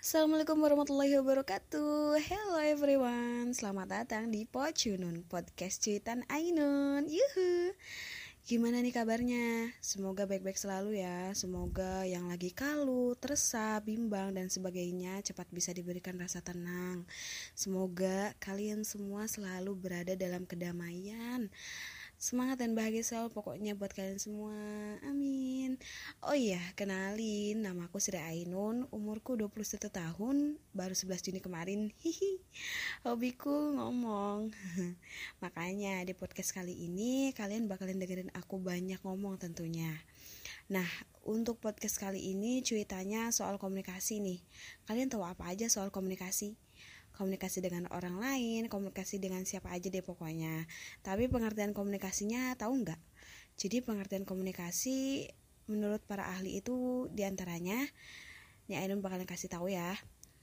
Assalamualaikum warahmatullahi wabarakatuh. Hello everyone, selamat datang di Pocunun, podcast cuitan Ainun. Yuhu. Gimana nih kabarnya? Semoga baik-baik selalu ya. Semoga yang lagi kalut, resah, bimbang dan sebagainya cepat bisa diberikan rasa tenang. Semoga kalian semua selalu berada dalam kedamaian. Semangat dan bahagia selalu pokoknya buat kalian semua. Amin. Oh iya, kenalin, nama aku Sri Ainun, umurku 21 tahun, baru 11 Juni kemarin. Hihi. Hobiku ngomong. Makanya di podcast kali ini kalian bakalan dengerin aku banyak ngomong tentunya. Nah, untuk podcast kali ini cuitannya soal komunikasi nih. Kalian tahu apa aja soal komunikasi? Komunikasi dengan orang lain, komunikasi dengan siapa aja deh pokoknya. Tapi pengertian komunikasinya tahu nggak? Jadi pengertian komunikasi menurut para ahli itu diantaranya, nih Ainun bakalan kasih tahu ya.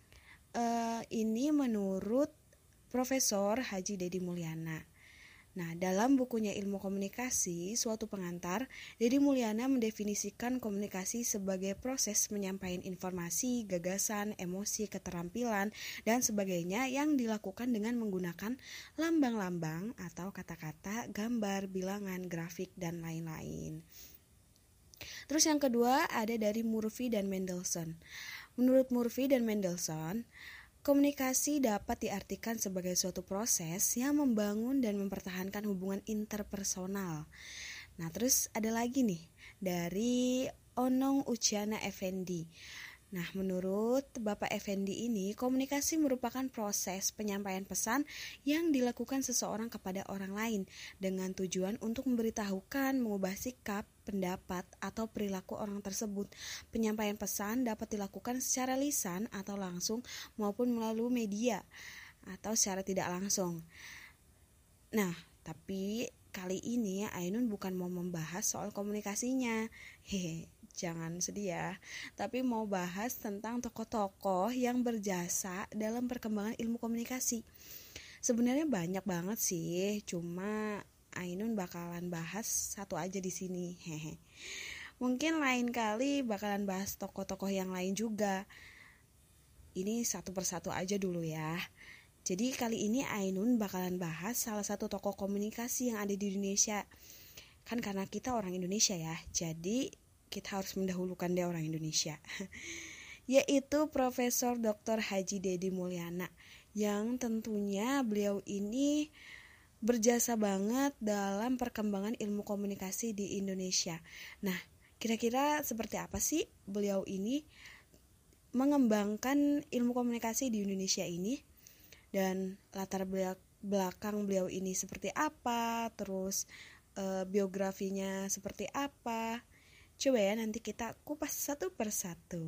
Ini menurut Profesor Haji Dedi Mulyana. Nah, dalam bukunya Ilmu Komunikasi, Suatu Pengantar, Dedi Mulyana mendefinisikan komunikasi sebagai proses menyampaikan informasi, gagasan, emosi, keterampilan, dan sebagainya yang dilakukan dengan menggunakan lambang-lambang atau kata-kata, gambar, bilangan, grafik, dan lain-lain. Terus yang kedua ada dari Murphy dan Mendelssohn. Menurut Murphy dan Mendelssohn, komunikasi dapat diartikan sebagai suatu proses yang membangun dan mempertahankan hubungan interpersonal. Nah, terus ada lagi nih dari Onong Uciana Effendi. Nah, menurut Bapak Effendi ini, komunikasi merupakan proses penyampaian pesan yang dilakukan seseorang kepada orang lain dengan tujuan untuk memberitahukan, mengubah sikap, pendapat, atau perilaku orang tersebut. Penyampaian pesan dapat dilakukan secara lisan atau langsung maupun melalui media atau secara tidak langsung. Nah, tapi kali ini Ainun bukan mau membahas soal komunikasinya. Jangan sedih ya. Tapi mau bahas tentang tokoh-tokoh yang berjasa dalam perkembangan ilmu komunikasi. Sebenarnya banyak banget sih, cuma Ainun bakalan bahas satu aja di sini. Mungkin lain kali bakalan bahas tokoh-tokoh yang lain juga. Ini satu persatu aja dulu ya. Jadi kali ini Ainun bakalan bahas salah satu tokoh komunikasi yang ada di Indonesia. Kan karena kita orang Indonesia ya, jadi kita harus mendahulukan deh orang Indonesia. Yaitu Profesor Dr. Haji Dedi Mulyana, yang tentunya beliau ini berjasa banget dalam perkembangan ilmu komunikasi di Indonesia. Nah, kira-kira seperti apa sih beliau ini mengembangkan ilmu komunikasi di Indonesia ini? Dan latar belakang beliau ini seperti apa, terus biografinya seperti apa. Coba ya nanti kita kupas satu persatu.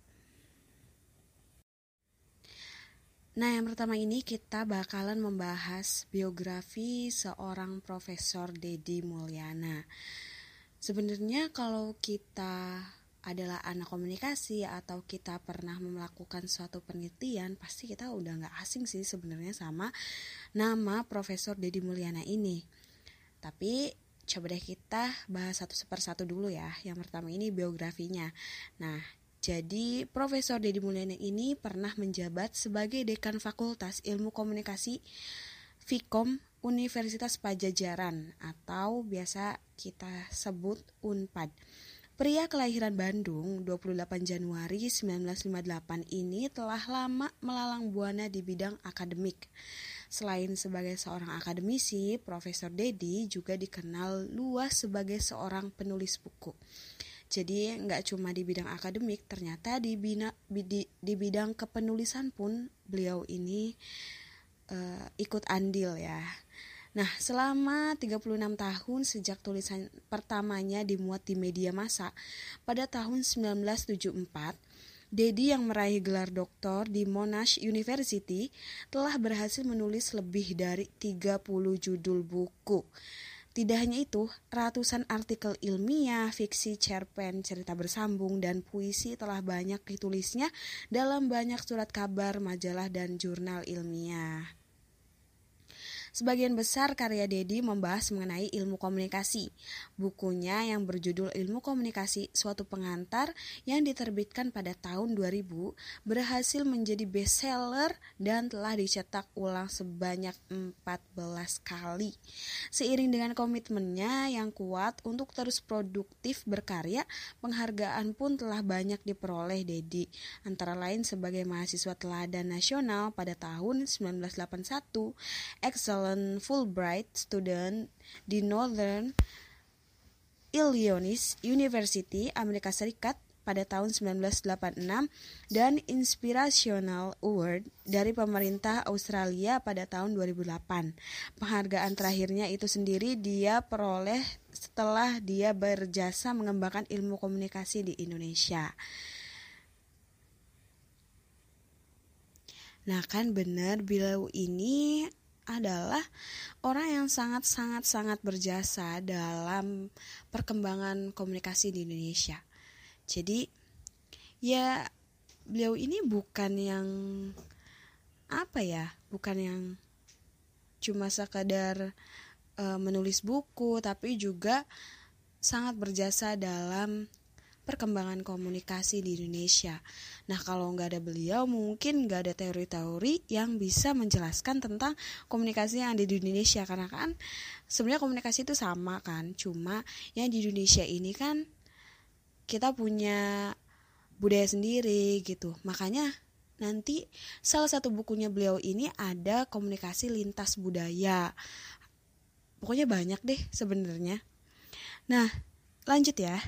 Nah, yang pertama ini kita bakalan membahas biografi seorang Profesor Dedi Mulyana. Sebenarnya kalau kita adalah anak komunikasi atau kita pernah melakukan suatu penelitian, pasti kita udah gak asing sih sebenarnya sama nama Profesor Dedi Mulyana ini. Tapi coba deh kita bahas satu persatu dulu ya. Yang pertama ini biografinya. Nah, jadi Profesor Dedi Mulyana ini pernah menjabat sebagai Dekan Fakultas Ilmu Komunikasi Fikom Universitas Padjadjaran atau biasa kita sebut Unpad. Pria kelahiran Bandung 28 Januari 1958 ini telah lama melalang buana di bidang akademik. Selain sebagai seorang akademisi, Profesor Dedi juga dikenal luas sebagai seorang penulis buku. Jadi nggak cuma di bidang akademik, ternyata di bidang kepenulisan pun beliau ini ikut andil ya. Nah, selama 36 tahun sejak tulisan pertamanya dimuat di media massa, pada tahun 1974, Dedi yang meraih gelar doktor di Monash University telah berhasil menulis lebih dari 30 judul buku. Tidak hanya itu, ratusan artikel ilmiah, fiksi, cerpen, cerita bersambung, dan puisi telah banyak ditulisnya dalam banyak surat kabar, majalah, dan jurnal ilmiah. Sebagian besar karya Dedi membahas mengenai ilmu komunikasi. Bukunya yang berjudul Ilmu Komunikasi, Suatu Pengantar yang diterbitkan pada tahun 2000 berhasil menjadi bestseller dan telah dicetak ulang sebanyak 14 kali. Seiring dengan komitmennya yang kuat untuk terus produktif berkarya, penghargaan pun telah banyak diperoleh Dedi, antara lain sebagai mahasiswa teladan nasional pada tahun 1981, Excellent Fulbright Student di Northern Illinois University, Amerika Serikat pada tahun 1986 dan Inspirational Award dari pemerintah Australia pada tahun 2008. Penghargaan terakhirnya itu sendiri dia peroleh setelah dia berjasa mengembangkan ilmu komunikasi di Indonesia. Nah kan benar, beliau ini adalah orang yang sangat berjasa dalam perkembangan komunikasi di Indonesia. Jadi ya beliau ini bukan yang bukan yang cuma sekadar menulis buku, tapi juga sangat berjasa dalam perkembangan komunikasi di Indonesia. Nah kalau nggak ada beliau mungkin nggak ada teori-teori yang bisa menjelaskan tentang komunikasi yang ada di Indonesia. Karena kan sebenarnya komunikasi itu sama kan, cuma yang di Indonesia ini kan kita punya budaya sendiri gitu. Makanya nanti salah satu bukunya beliau ini ada komunikasi lintas budaya. Pokoknya banyak deh sebenarnya. Nah lanjut ya.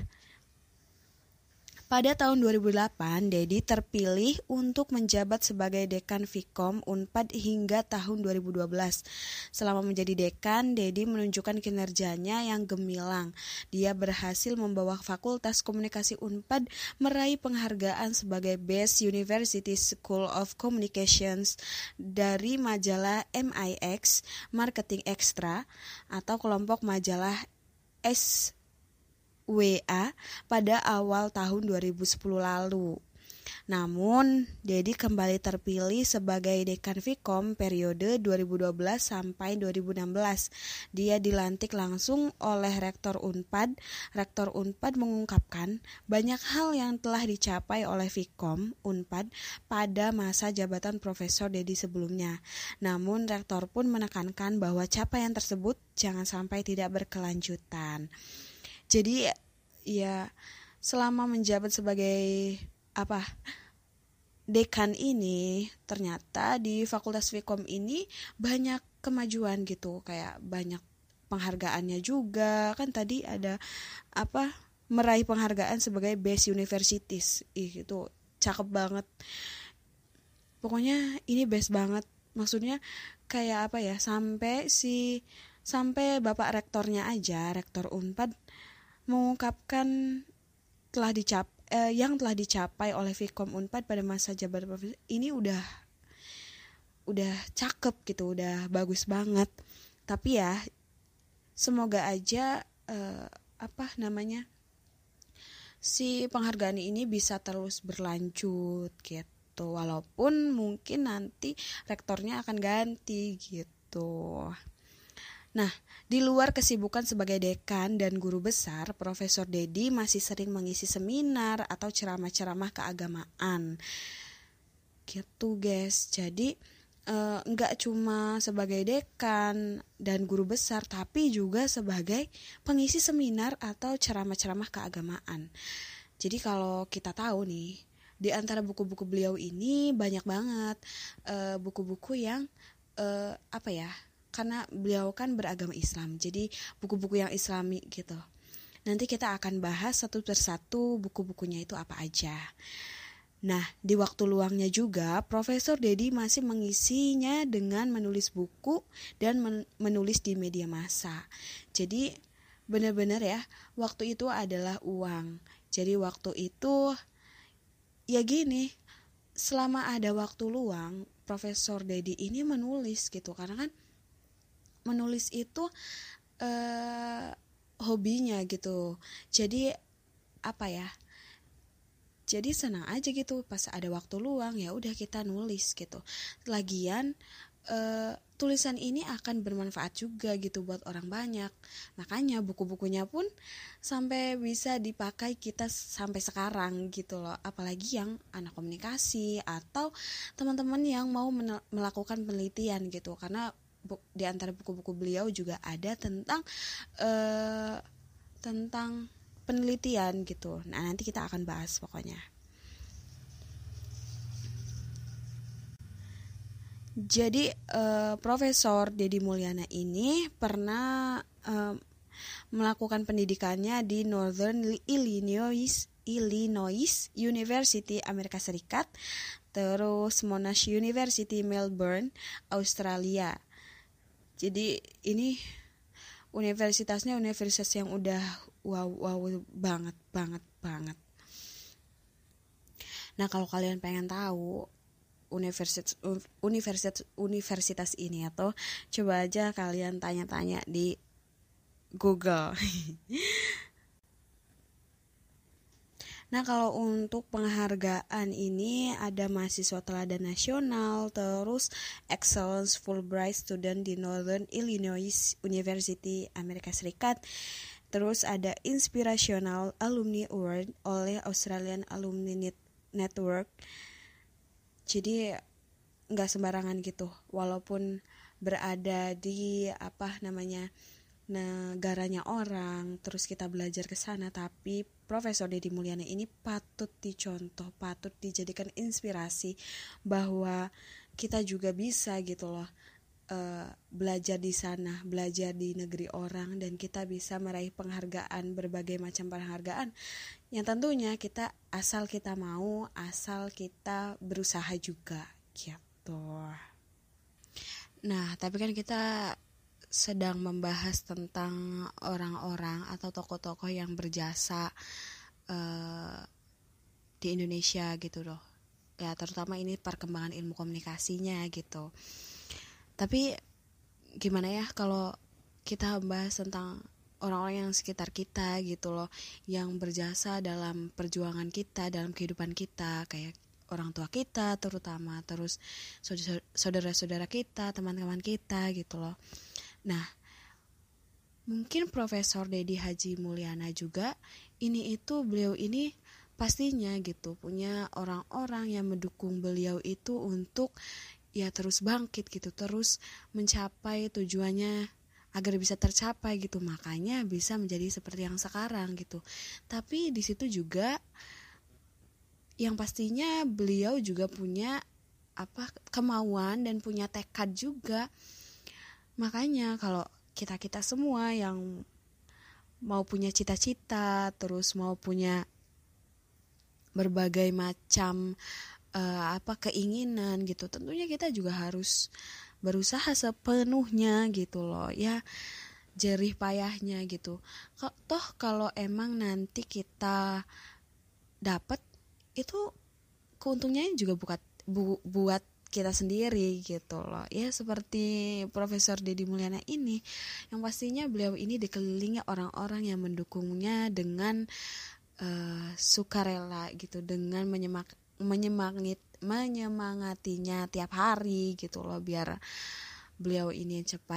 Pada tahun 2008, Dedi terpilih untuk menjabat sebagai Dekan Vkom Unpad hingga tahun 2012. Selama menjadi dekan, Dedi menunjukkan kinerjanya yang gemilang. Dia berhasil membawa Fakultas Komunikasi Unpad meraih penghargaan sebagai Best University School of Communications dari majalah MIX Marketing Extra atau kelompok majalah WA pada awal tahun 2010 lalu. Namun, Dedi kembali terpilih sebagai Dekan Vkom periode 2012 sampai 2016. Dia dilantik langsung oleh Rektor Unpad. Rektor Unpad mengungkapkan banyak hal yang telah dicapai oleh Vkom Unpad pada masa jabatan Profesor Dedi sebelumnya. Namun, Rektor pun menekankan bahwa capaian tersebut jangan sampai tidak berkelanjutan. Jadi ya selama menjabat sebagai dekan ini ternyata di Fakultas Vkom ini banyak kemajuan gitu, kayak banyak penghargaannya juga. Kan tadi ada meraih penghargaan sebagai Best Universities. Itu cakep banget. Pokoknya ini best banget. Maksudnya kayak sampai Bapak Rektornya aja, Rektor Unpad mengungkapkan yang telah dicapai oleh Vkom Unpad pada masa jabatan profesor ini udah cakep gitu, udah bagus banget. Tapi ya semoga aja si penghargaan ini bisa terus berlanjut gitu, walaupun mungkin nanti rektornya akan ganti gitu. Nah, di luar kesibukan sebagai dekan dan guru besar, Profesor Dedi masih sering mengisi seminar atau ceramah-ceramah keagamaan. Gitu guys, jadi nggak cuma sebagai dekan dan guru besar, tapi juga sebagai pengisi seminar atau ceramah-ceramah keagamaan. Jadi kalau kita tahu nih, di antara buku-buku beliau ini banyak banget buku-buku yang karena beliau kan beragama Islam, jadi buku-buku yang Islami gitu. Nanti kita akan bahas satu persatu buku-bukunya itu apa aja. Nah, di waktu luangnya juga, Profesor Dedi masih mengisinya dengan menulis buku dan menulis di media massa. Jadi benar-benar ya, waktu itu adalah uang. Jadi waktu itu ya gini, selama ada waktu luang, Profesor Dedi ini menulis gitu, karena kan menulis itu hobinya gitu. Jadi jadi senang aja gitu, pas ada waktu luang ya udah kita nulis gitu. Lagian tulisan ini akan bermanfaat juga gitu buat orang banyak. Makanya buku-bukunya pun sampai bisa dipakai kita sampai sekarang gitu loh. Apalagi yang anak komunikasi atau teman-teman yang mau melakukan penelitian gitu. Karena di antara buku-buku beliau juga ada tentang penelitian gitu. Nah, nanti kita akan bahas pokoknya. Jadi Profesor Deddy Mulyana ini pernah melakukan pendidikannya di Northern Illinois University Amerika Serikat, terus Monash University Melbourne, Australia. Jadi ini universitasnya universitas yang udah wow banget. Nah, kalau kalian pengen tahu universitas ini atau coba aja kalian tanya-tanya di Google. Nah, kalau untuk penghargaan ini ada mahasiswa teladan nasional, terus Excellence Fulbright Student di Northern Illinois University Amerika Serikat, terus ada Inspirational Alumni Award oleh Australian Alumni Network. Jadi nggak sembarangan gitu, walaupun berada di negaranya orang, terus kita belajar ke sana, tapi Profesor Deddy Mulyana ini patut dicontoh, patut dijadikan inspirasi bahwa kita juga bisa gitu loh, belajar di sana, belajar di negeri orang, dan kita bisa meraih penghargaan, berbagai macam penghargaan yang tentunya asal kita mau, asal kita berusaha juga gitu. Nah, tapi kan kita sedang membahas tentang orang-orang atau tokoh-tokoh yang berjasa di Indonesia gitu loh. Ya, terutama ini perkembangan ilmu komunikasinya gitu. Tapi gimana ya kalau kita bahas tentang orang-orang yang sekitar kita gitu loh, yang berjasa dalam perjuangan kita, dalam kehidupan kita, kayak orang tua kita terutama, terus saudara-saudara kita, teman-teman kita gitu loh. Nah, mungkin Profesor Deddy Haji Mulyana juga beliau ini pastinya gitu punya orang-orang yang mendukung beliau itu untuk ya terus bangkit gitu, terus mencapai tujuannya agar bisa tercapai gitu, makanya bisa menjadi seperti yang sekarang gitu. Tapi di situ juga yang pastinya beliau juga punya kemauan dan punya tekad juga. Makanya kalau kita semua yang mau punya cita-cita, terus mau punya berbagai macam keinginan gitu, tentunya kita juga harus berusaha sepenuhnya gitu loh ya, jerih payahnya gitu. Toh kalau emang nanti kita dapat itu keuntungnya juga buat kita sendiri gitu loh ya, seperti Profesor Deddy Mulyana ini yang pastinya beliau ini dikelilingi orang-orang yang mendukungnya dengan sukarela gitu, dengan menyemangatinya tiap hari gitu loh, biar beliau ini cepat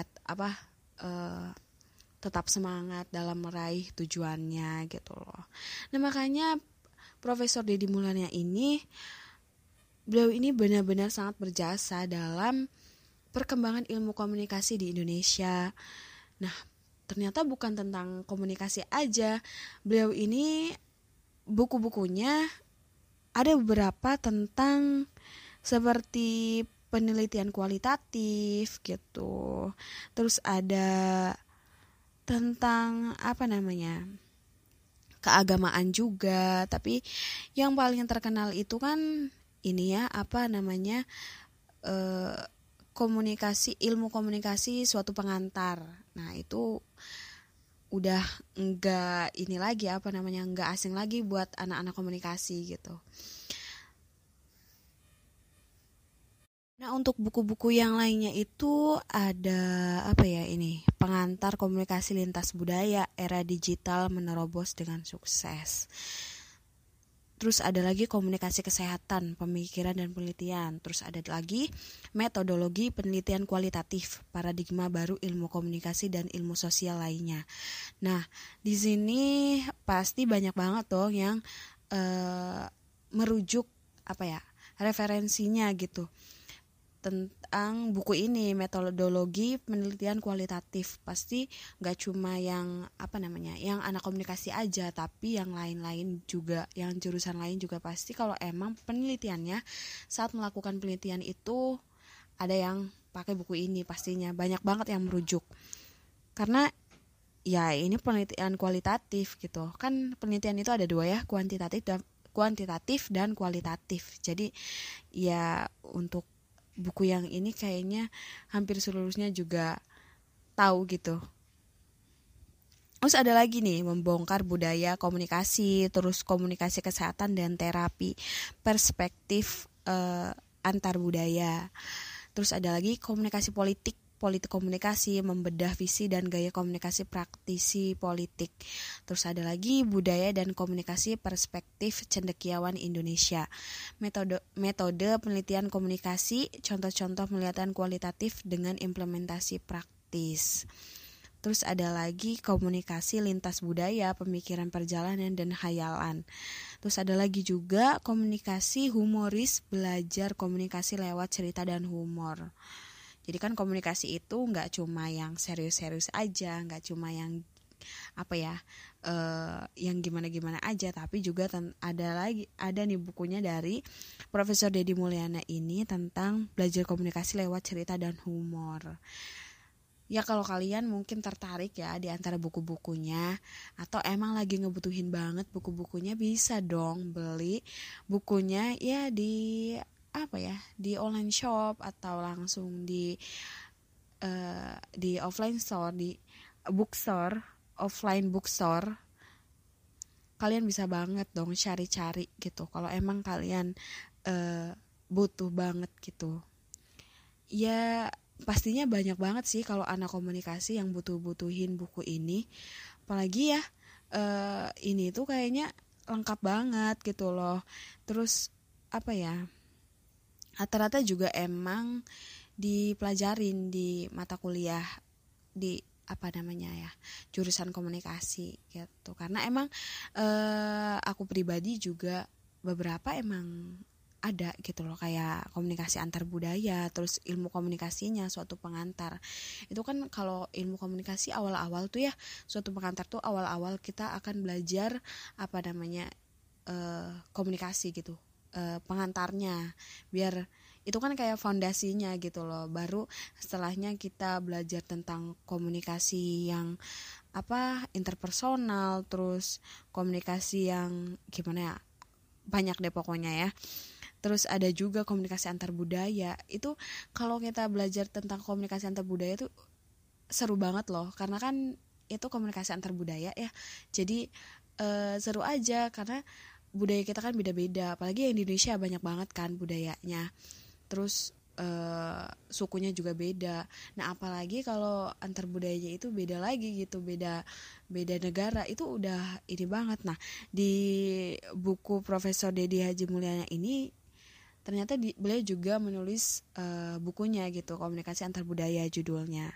tetap semangat dalam meraih tujuannya gitu loh. Nah, makanya Profesor Deddy Mulyana beliau ini benar-benar sangat berjasa dalam perkembangan ilmu komunikasi di Indonesia. Nah, ternyata bukan tentang komunikasi aja. Beliau ini buku-bukunya ada beberapa tentang seperti penelitian kualitatif gitu. Terus ada tentang keagamaan juga. Tapi yang paling terkenal itu kan ini ya, ilmu komunikasi suatu pengantar. Nah, itu udah enggak asing lagi buat anak-anak komunikasi gitu. Nah, untuk buku-buku yang lainnya itu ada pengantar komunikasi lintas budaya, era digital menerobos dengan sukses. Terus ada lagi komunikasi kesehatan, pemikiran dan penelitian. Terus ada lagi metodologi penelitian kualitatif, paradigma baru ilmu komunikasi dan ilmu sosial lainnya. Nah, di sini pasti banyak banget dong yang merujuk referensinya gitu tentang buku ini, metodologi penelitian kualitatif. Pasti nggak cuma yang yang anak komunikasi aja, tapi yang lain-lain juga, yang jurusan lain juga pasti kalau emang penelitiannya saat melakukan penelitian itu ada yang pakai buku ini, pastinya banyak banget yang merujuk. Karena ya ini penelitian kualitatif gitu. Kan penelitian itu ada dua ya, kuantitatif dan kualitatif. Jadi ya untuk buku yang ini kayaknya hampir seluruhnya juga tahu gitu. Terus ada lagi nih, membongkar budaya komunikasi, terus komunikasi kesehatan dan terapi, perspektif antar budaya. Terus ada lagi komunikasi politik komunikasi, membedah visi dan gaya komunikasi praktisi politik. Terus ada lagi budaya dan komunikasi perspektif cendekiawan Indonesia. Metode penelitian komunikasi, contoh-contoh penelitian kualitatif dengan implementasi praktis. Terus ada lagi komunikasi lintas budaya, pemikiran perjalanan dan khayalan. Terus ada lagi juga komunikasi humoris, belajar komunikasi lewat cerita dan humor. Jadi kan komunikasi itu nggak cuma yang serius-serius aja, nggak cuma yang yang gimana-gimana aja, tapi juga ada nih bukunya dari Profesor Deddy Mulyana ini tentang belajar komunikasi lewat cerita dan humor. Ya kalau kalian mungkin tertarik ya di antara buku-bukunya, atau emang lagi ngebutuhin banget buku-bukunya, bisa dong beli bukunya ya di di online shop atau langsung di offline store, di bookstore, offline bookstore. Kalian bisa banget dong cari-cari gitu kalau emang kalian butuh banget gitu. Ya pastinya banyak banget sih kalau anak komunikasi yang butuhin buku ini. Apalagi ya ini tuh kayaknya lengkap banget gitu loh. Terus rata-rata juga emang dipelajarin di mata kuliah di jurusan komunikasi gitu. Karena emang aku pribadi juga beberapa emang ada gitu loh, kayak komunikasi antar budaya, terus ilmu komunikasinya suatu pengantar. Itu kan kalau ilmu komunikasi awal-awal tuh ya, suatu pengantar tuh awal-awal kita akan belajar komunikasi gitu. Pengantarnya, biar itu kan kayak fondasinya gitu loh. Baru setelahnya kita belajar tentang komunikasi yang interpersonal, terus komunikasi yang gimana ya, banyak deh pokoknya ya. Terus ada juga komunikasi antar budaya. Itu kalau kita belajar tentang komunikasi antar budaya itu seru banget loh, karena kan itu komunikasi antar budaya ya. Jadi seru aja karena budaya kita kan beda-beda, apalagi yang di Indonesia banyak banget kan budayanya. Terus sukunya juga beda. Nah apalagi kalau antar budayanya itu beda lagi gitu, beda negara, itu udah ini banget. Nah di buku Profesor Deddy Haji Mulyana ini ternyata beliau juga menulis bukunya gitu, komunikasi antar budaya judulnya.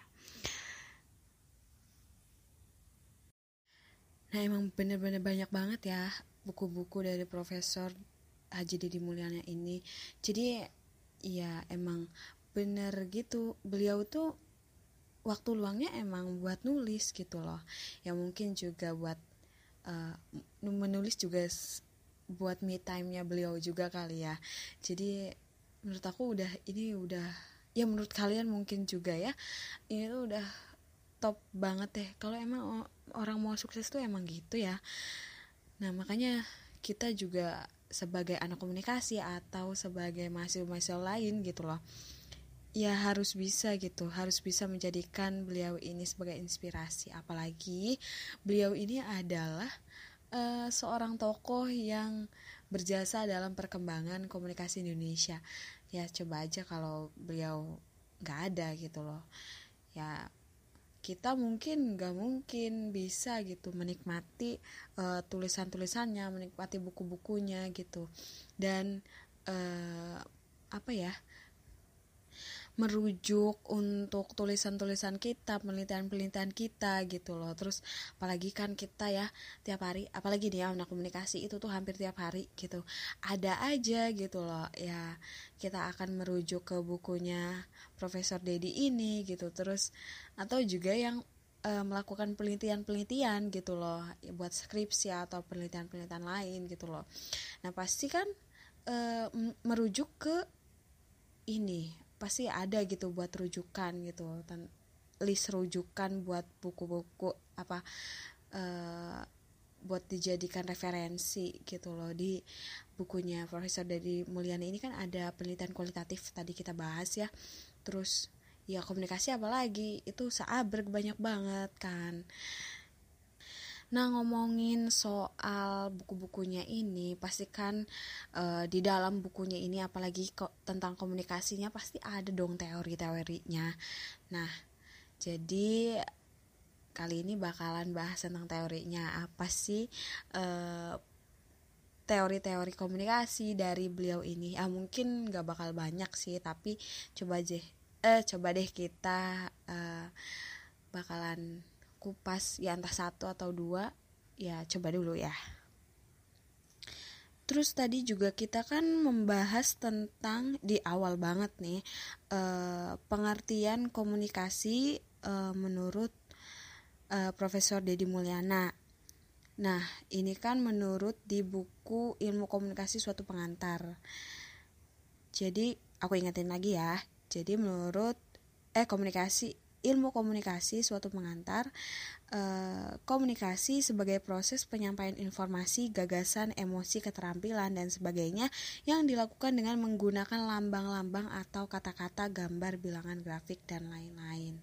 Nah emang bener-bener banyak banget ya buku-buku dari Profesor Haji Deddy Mulyana ini. Jadi ya emang bener gitu, beliau tuh waktu luangnya emang buat nulis gitu loh. Ya mungkin juga buat menulis juga buat me time-nya beliau juga kali ya. Jadi menurut aku udah ya menurut kalian mungkin juga ya, ini tuh udah top banget deh. Kalau emang orang mau sukses tuh emang gitu ya. Nah makanya kita juga sebagai anak komunikasi atau sebagai mahasiswa lain gitu loh, ya harus bisa menjadikan beliau ini sebagai inspirasi. Apalagi beliau ini adalah seorang tokoh yang berjasa dalam perkembangan komunikasi Indonesia. Ya coba aja kalau beliau nggak ada gitu loh, ya kita nggak mungkin bisa gitu menikmati tulisan-tulisannya, menikmati buku-bukunya gitu, dan apa ya, merujuk untuk tulisan-tulisan kita, penelitian-penelitian kita gitu loh. Terus apalagi kan kita ya tiap hari, apalagi nih ya anak komunikasi itu tuh hampir tiap hari gitu ada aja gitu loh ya, kita akan merujuk ke bukunya Profesor Dedi ini gitu. Terus atau juga yang melakukan penelitian-penelitian gitu loh buat skripsi atau penelitian-penelitian lain gitu loh. Nah pasti kan merujuk ke ini, pasti ada gitu buat rujukan gitu, list rujukan buat buku-buku apa buat dijadikan referensi gitu loh. Di bukunya Profesor Dedi Mulyana ini kan ada penelitian kualitatif tadi kita bahas ya, terus ya komunikasi apalagi itu seabrek banyak banget kan. Nah ngomongin soal buku-bukunya ini, pastikan di dalam bukunya ini apalagi tentang komunikasinya pasti ada dong teori-teorinya. Nah jadi kali ini bakalan bahas tentang teorinya, apa sih teori-teori komunikasi dari beliau ini. Mungkin gak bakal banyak sih, tapi coba deh kita bakalan kupas ya, entah satu atau dua ya, coba dulu ya. Terus tadi juga kita kan membahas tentang di awal banget nih pengertian komunikasi menurut Profesor Dedi Mulyana. Nah ini kan menurut di buku Ilmu Komunikasi Suatu Pengantar. Jadi aku ingetin lagi ya, jadi menurut Ilmu Komunikasi Suatu Pengantar, komunikasi sebagai proses penyampaian informasi, gagasan, emosi, keterampilan, dan sebagainya yang dilakukan dengan menggunakan lambang-lambang atau kata-kata, gambar, bilangan, grafik, dan lain-lain.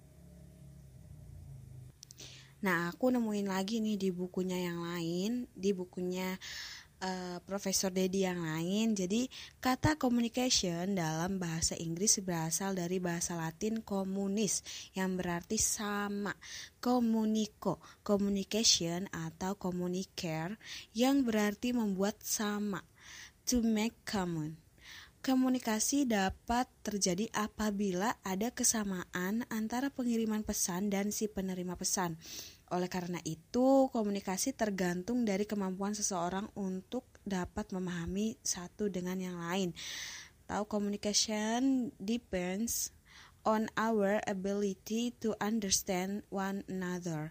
Nah aku nemuin lagi nih di bukunya yang lain, di bukunya Profesor Dedi yang lain. Jadi kata communication dalam bahasa Inggris berasal dari bahasa Latin communis yang berarti sama, communication atau communicare yang berarti membuat sama, to make common. Komunikasi dapat terjadi apabila ada kesamaan antara pengiriman pesan dan si penerima pesan. Oleh karena itu, komunikasi tergantung dari kemampuan seseorang untuk dapat memahami satu dengan yang lain. Communication depends on our ability to understand one another.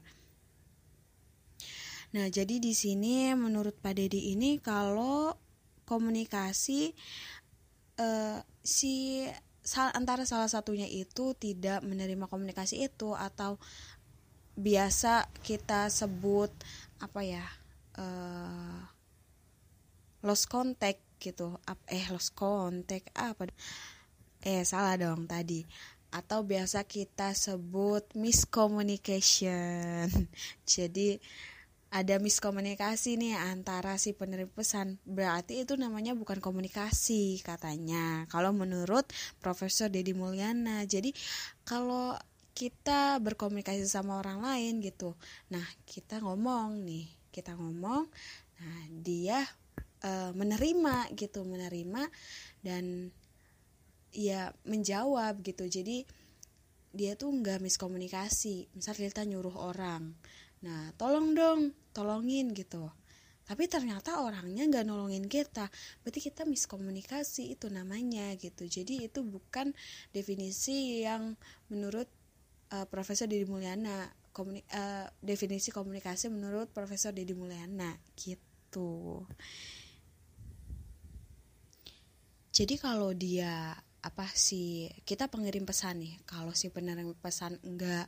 Nah, jadi di sini menurut Pak Dedi ini kalau komunikasi antara salah satunya itu tidak menerima komunikasi itu, atau biasa kita sebut lost contact gitu. Salah dong tadi. Atau biasa kita sebut miscommunication. Jadi ada miskomunikasi nih antara si penerima pesan, berarti itu namanya bukan komunikasi katanya kalau menurut Profesor Dedi Mulyana. Jadi kalau kita berkomunikasi sama orang lain gitu, nah kita ngomong, nah dia menerima dan ya menjawab gitu. Jadi dia tuh nggak miskomunikasi. Misal kita nyuruh orang, nah tolongin gitu, tapi ternyata orangnya nggak nolongin kita, berarti kita miskomunikasi itu namanya gitu. Jadi itu bukan definisi yang menurut Profesor Dedi Mulyana, definisi komunikasi menurut Profesor Dedi Mulyana gitu. Jadi kalau dia kita pengirim pesan nih, kalau si penerima pesan nggak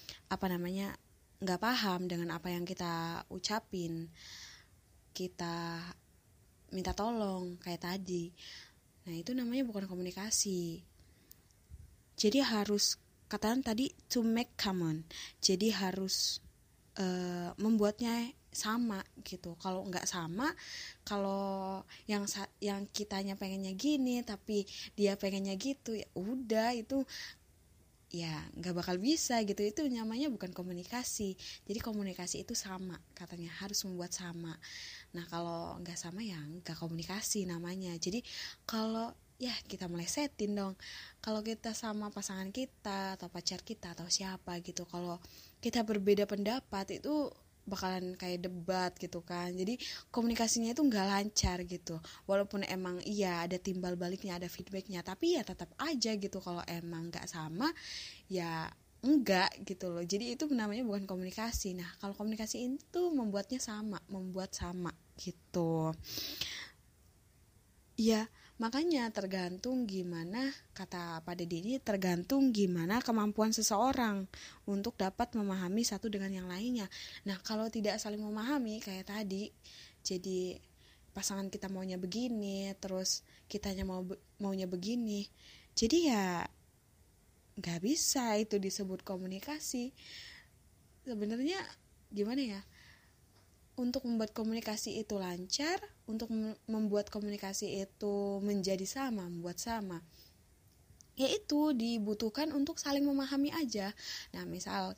paham dengan apa yang kita ucapin, kita minta tolong kayak tadi, nah itu namanya bukan komunikasi. Jadi harus katakan tadi to make common, jadi harus membuatnya sama gitu. Kalau nggak sama, kalau yang kitanya pengennya gini tapi dia pengennya gitu, ya udah itu ya nggak bakal bisa gitu. Itu namanya bukan komunikasi. Jadi komunikasi itu sama, katanya harus membuat sama. Nah kalau nggak sama ya nggak komunikasi namanya. Jadi kalau ya kita melesetin dong. Kalau kita sama pasangan kita atau pacar kita atau siapa gitu, kalau kita berbeda pendapat itu bakalan kayak debat gitu kan. Jadi komunikasinya itu nggak lancar gitu. Walaupun emang iya ada timbal baliknya, ada feedbacknya, tapi ya tetap aja gitu. Kalau emang nggak sama ya enggak gitu loh. Jadi itu namanya bukan komunikasi. Nah kalau komunikasi itu membuat sama gitu. Ya makanya tergantung gimana, kata Pak Deddy ini, tergantung gimana kemampuan seseorang untuk dapat memahami satu dengan yang lainnya. Nah kalau tidak saling memahami kayak tadi, jadi pasangan kita maunya begini, terus kitanya maunya begini, jadi ya nggak bisa itu disebut komunikasi. Sebenarnya gimana ya, untuk membuat komunikasi itu lancar, untuk membuat komunikasi itu menjadi sama, membuat sama, yaitu dibutuhkan untuk saling memahami aja. Nah misal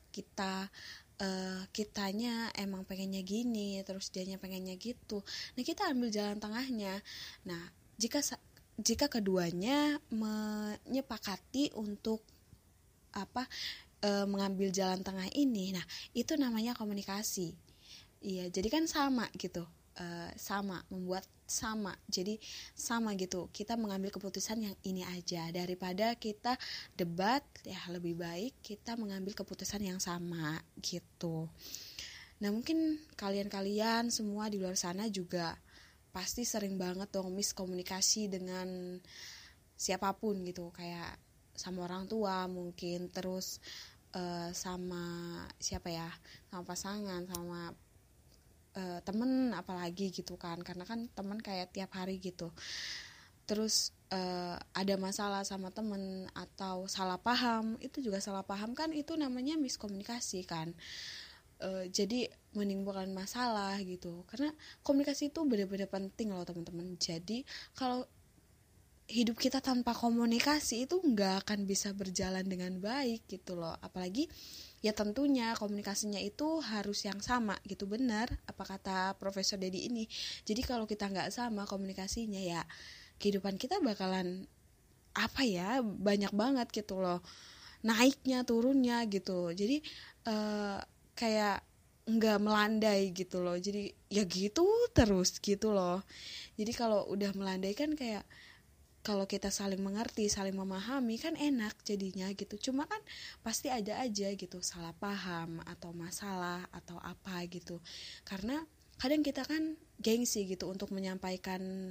kitanya emang pengennya gini, terus dianya pengennya gitu, nah kita ambil jalan tengahnya. Nah jika keduanya menyepakati untuk mengambil jalan tengah ini, nah itu namanya komunikasi. Iya, jadi kan sama gitu, membuat sama. Jadi sama gitu, kita mengambil keputusan yang ini aja. Daripada kita debat, ya lebih baik kita mengambil keputusan yang sama gitu. Nah mungkin kalian semua di luar sana juga pasti sering banget dong miskomunikasi dengan siapapun gitu. Kayak sama orang tua mungkin, terus sama siapa ya, sama pasangan, sama temen apalagi gitu kan, karena kan temen kayak tiap hari gitu. Terus ada masalah sama temen atau salah paham, itu juga salah paham kan, itu namanya miskomunikasi kan. Jadi menimbulkan masalah gitu, karena komunikasi itu benar-benar penting loh teman-teman. Jadi kalau hidup kita tanpa komunikasi itu nggak akan bisa berjalan dengan baik gitu loh. Apalagi ya tentunya komunikasinya itu harus yang sama gitu. Benar apa kata Profesor Dedi ini. Jadi kalau kita nggak sama komunikasinya, ya kehidupan kita bakalan banyak banget gitu loh, naiknya turunnya gitu. Jadi kayak nggak melandai gitu loh. Jadi ya gitu terus gitu loh. Jadi kalau udah melandai kan kayak, kalau kita saling mengerti, saling memahami kan enak jadinya gitu. Cuma kan pasti ada aja gitu salah paham atau masalah atau apa gitu. Karena kadang kita kan gengsi gitu untuk menyampaikan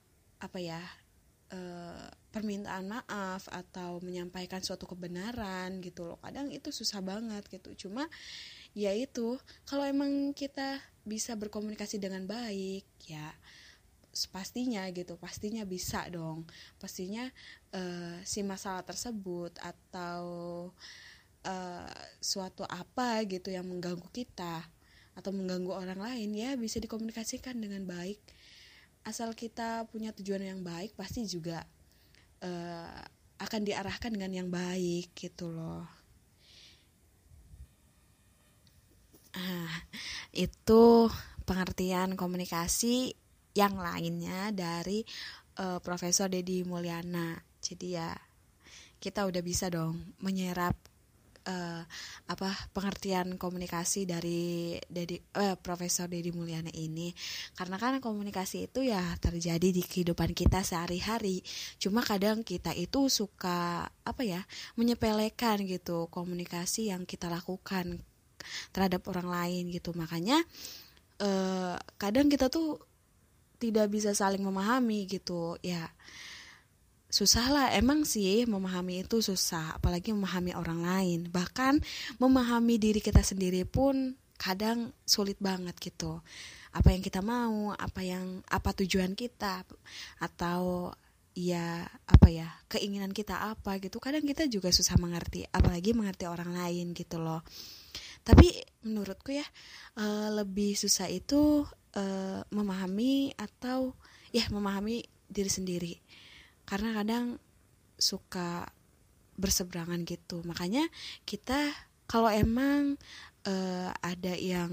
permintaan maaf atau menyampaikan suatu kebenaran gitu loh. Kadang itu susah banget gitu. Cuma ya itu, kalau emang kita bisa berkomunikasi dengan baik, ya pastinya bisa dong. Pastinya si masalah tersebut atau suatu apa gitu yang mengganggu kita atau mengganggu orang lain, ya bisa dikomunikasikan dengan baik. Asal kita punya tujuan yang baik, pasti juga akan diarahkan dengan yang baik gitu loh. Itu pengertian komunikasi yang lainnya dari Profesor Dedi Mulyana. Jadi ya kita udah bisa dong menyerap pengertian komunikasi dari Profesor Dedi Mulyana ini. Karena kan komunikasi itu ya terjadi di kehidupan kita sehari-hari. Cuma kadang kita itu suka menyepelekan gitu komunikasi yang kita lakukan terhadap orang lain gitu. Makanya kadang kita tuh tidak bisa saling memahami gitu. Ya susah lah, emang sih memahami itu susah, apalagi memahami orang lain. Bahkan memahami diri kita sendiri pun kadang sulit banget gitu. Apa yang kita mau, apa tujuan kita, atau keinginan kita apa gitu. Kadang kita juga susah mengerti, apalagi mengerti orang lain gitu loh. Tapi menurutku ya lebih susah itu memahami memahami diri sendiri. Karena kadang suka berseberangan gitu. Makanya kita kalau emang ada yang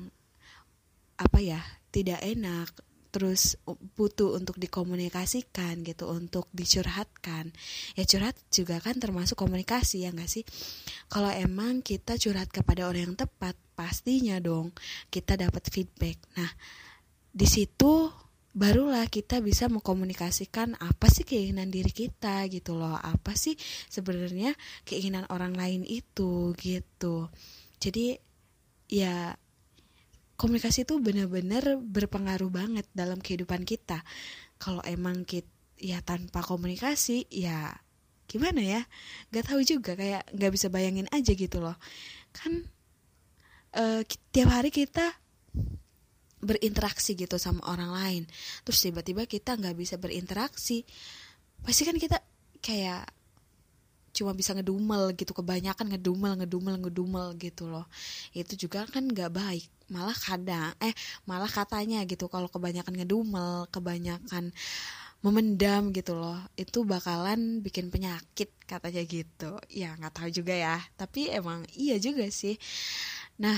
tidak enak, terus butuh untuk dikomunikasikan gitu, untuk dicurhatkan, ya curhat juga kan termasuk komunikasi, ya nggak sih? Kalau emang kita curhat kepada orang yang tepat, pastinya dong kita dapat feedback. Nah, di situ barulah kita bisa mengkomunikasikan apa sih keinginan diri kita gitu loh, apa sih sebenarnya keinginan orang lain itu gitu. Jadi ya komunikasi itu benar-benar berpengaruh banget dalam kehidupan kita. Kalau emang kita ya tanpa komunikasi ya gimana ya? Gak tahu juga, kayak gak bisa bayangin aja gitu loh. Kan tiap hari kita berinteraksi gitu sama orang lain. Terus tiba-tiba kita gak bisa berinteraksi. Pasti kan kita kayak cuma bisa ngedumel gitu, kebanyakan ngedumel gitu loh. Itu juga kan gak baik. Malah katanya gitu, kalau kebanyakan ngedumel, kebanyakan memendam gitu loh, itu bakalan bikin penyakit katanya gitu. Ya gak tahu juga ya, tapi emang iya juga sih. Nah,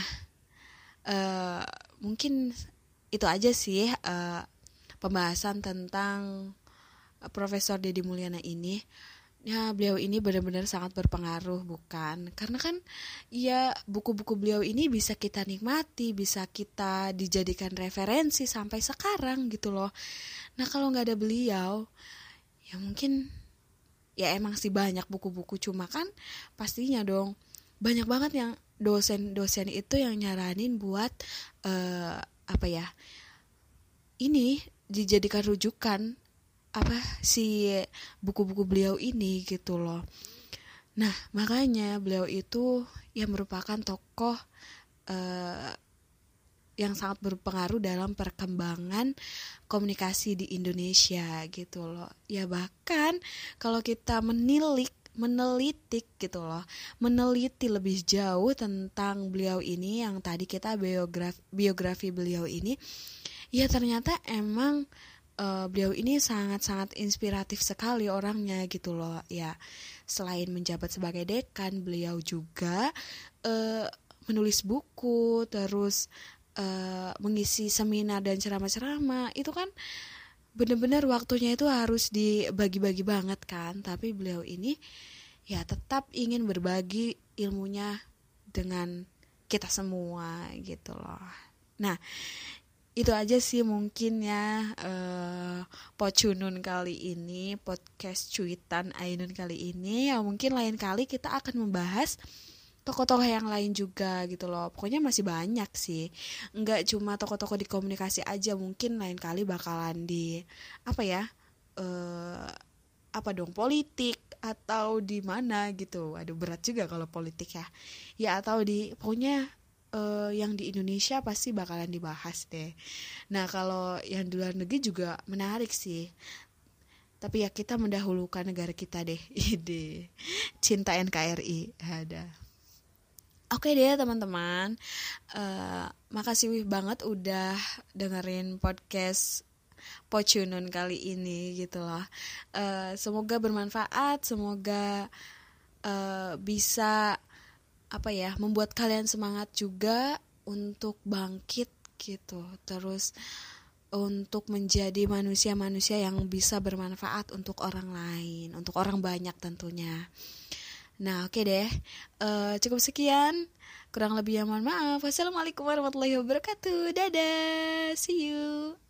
mungkin itu aja sih pembahasan tentang Profesor Deddy Mulyana ini. Ya, beliau ini benar-benar sangat berpengaruh, bukan? Karena kan ya buku-buku beliau ini bisa kita nikmati, bisa kita dijadikan referensi sampai sekarang gitu loh. Nah, kalau nggak ada beliau, ya mungkin ya emang sih banyak buku-buku, cuma kan pastinya dong banyak banget yang dosen-dosen itu yang nyaranin buat ini dijadikan rujukan si buku-buku beliau ini gitu loh. Nah, makanya beliau itu ya merupakan tokoh yang sangat berpengaruh dalam perkembangan komunikasi di Indonesia gitu loh. Ya bahkan kalau kita meneliti lebih jauh tentang beliau ini, yang tadi kita biografi beliau ini, ya ternyata emang beliau ini sangat-sangat inspiratif sekali orangnya gitu loh. Ya, selain menjabat sebagai dekan, beliau juga menulis buku, terus mengisi seminar dan ceramah-ceramah. Itu kan benar-benar waktunya itu harus dibagi-bagi banget kan. Tapi beliau ini ya tetap ingin berbagi ilmunya dengan kita semua gitu loh. Nah, itu aja sih mungkin ya Pocunun kali ini, podcast cuitan Ainun kali ini. Ya mungkin lain kali kita akan membahas tokoh-tokoh yang lain juga gitu loh. Pokoknya masih banyak sih, nggak cuma tokoh-tokoh di komunikasi aja. Mungkin lain kali bakalan di politik atau di mana gitu. Aduh, berat juga kalau politik ya. Ya atau di pokoknya yang di Indonesia pasti bakalan dibahas deh. Nah, kalau yang di luar negeri juga menarik sih. Tapi ya kita mendahulukan negara kita deh. Ide. Cinta NKRI. Ada. Oke deh teman-teman. Makasih banget udah dengerin podcast Pocunun kali ini gitu loh. Semoga bermanfaat, semoga bisa membuat kalian semangat juga untuk bangkit gitu, terus untuk menjadi manusia-manusia yang bisa bermanfaat untuk orang lain, untuk orang banyak tentunya. Nah, oke deh, cukup sekian, kurang lebih mohon maaf. Wassalamualaikum warahmatullahi wabarakatuh. Dadah, see you.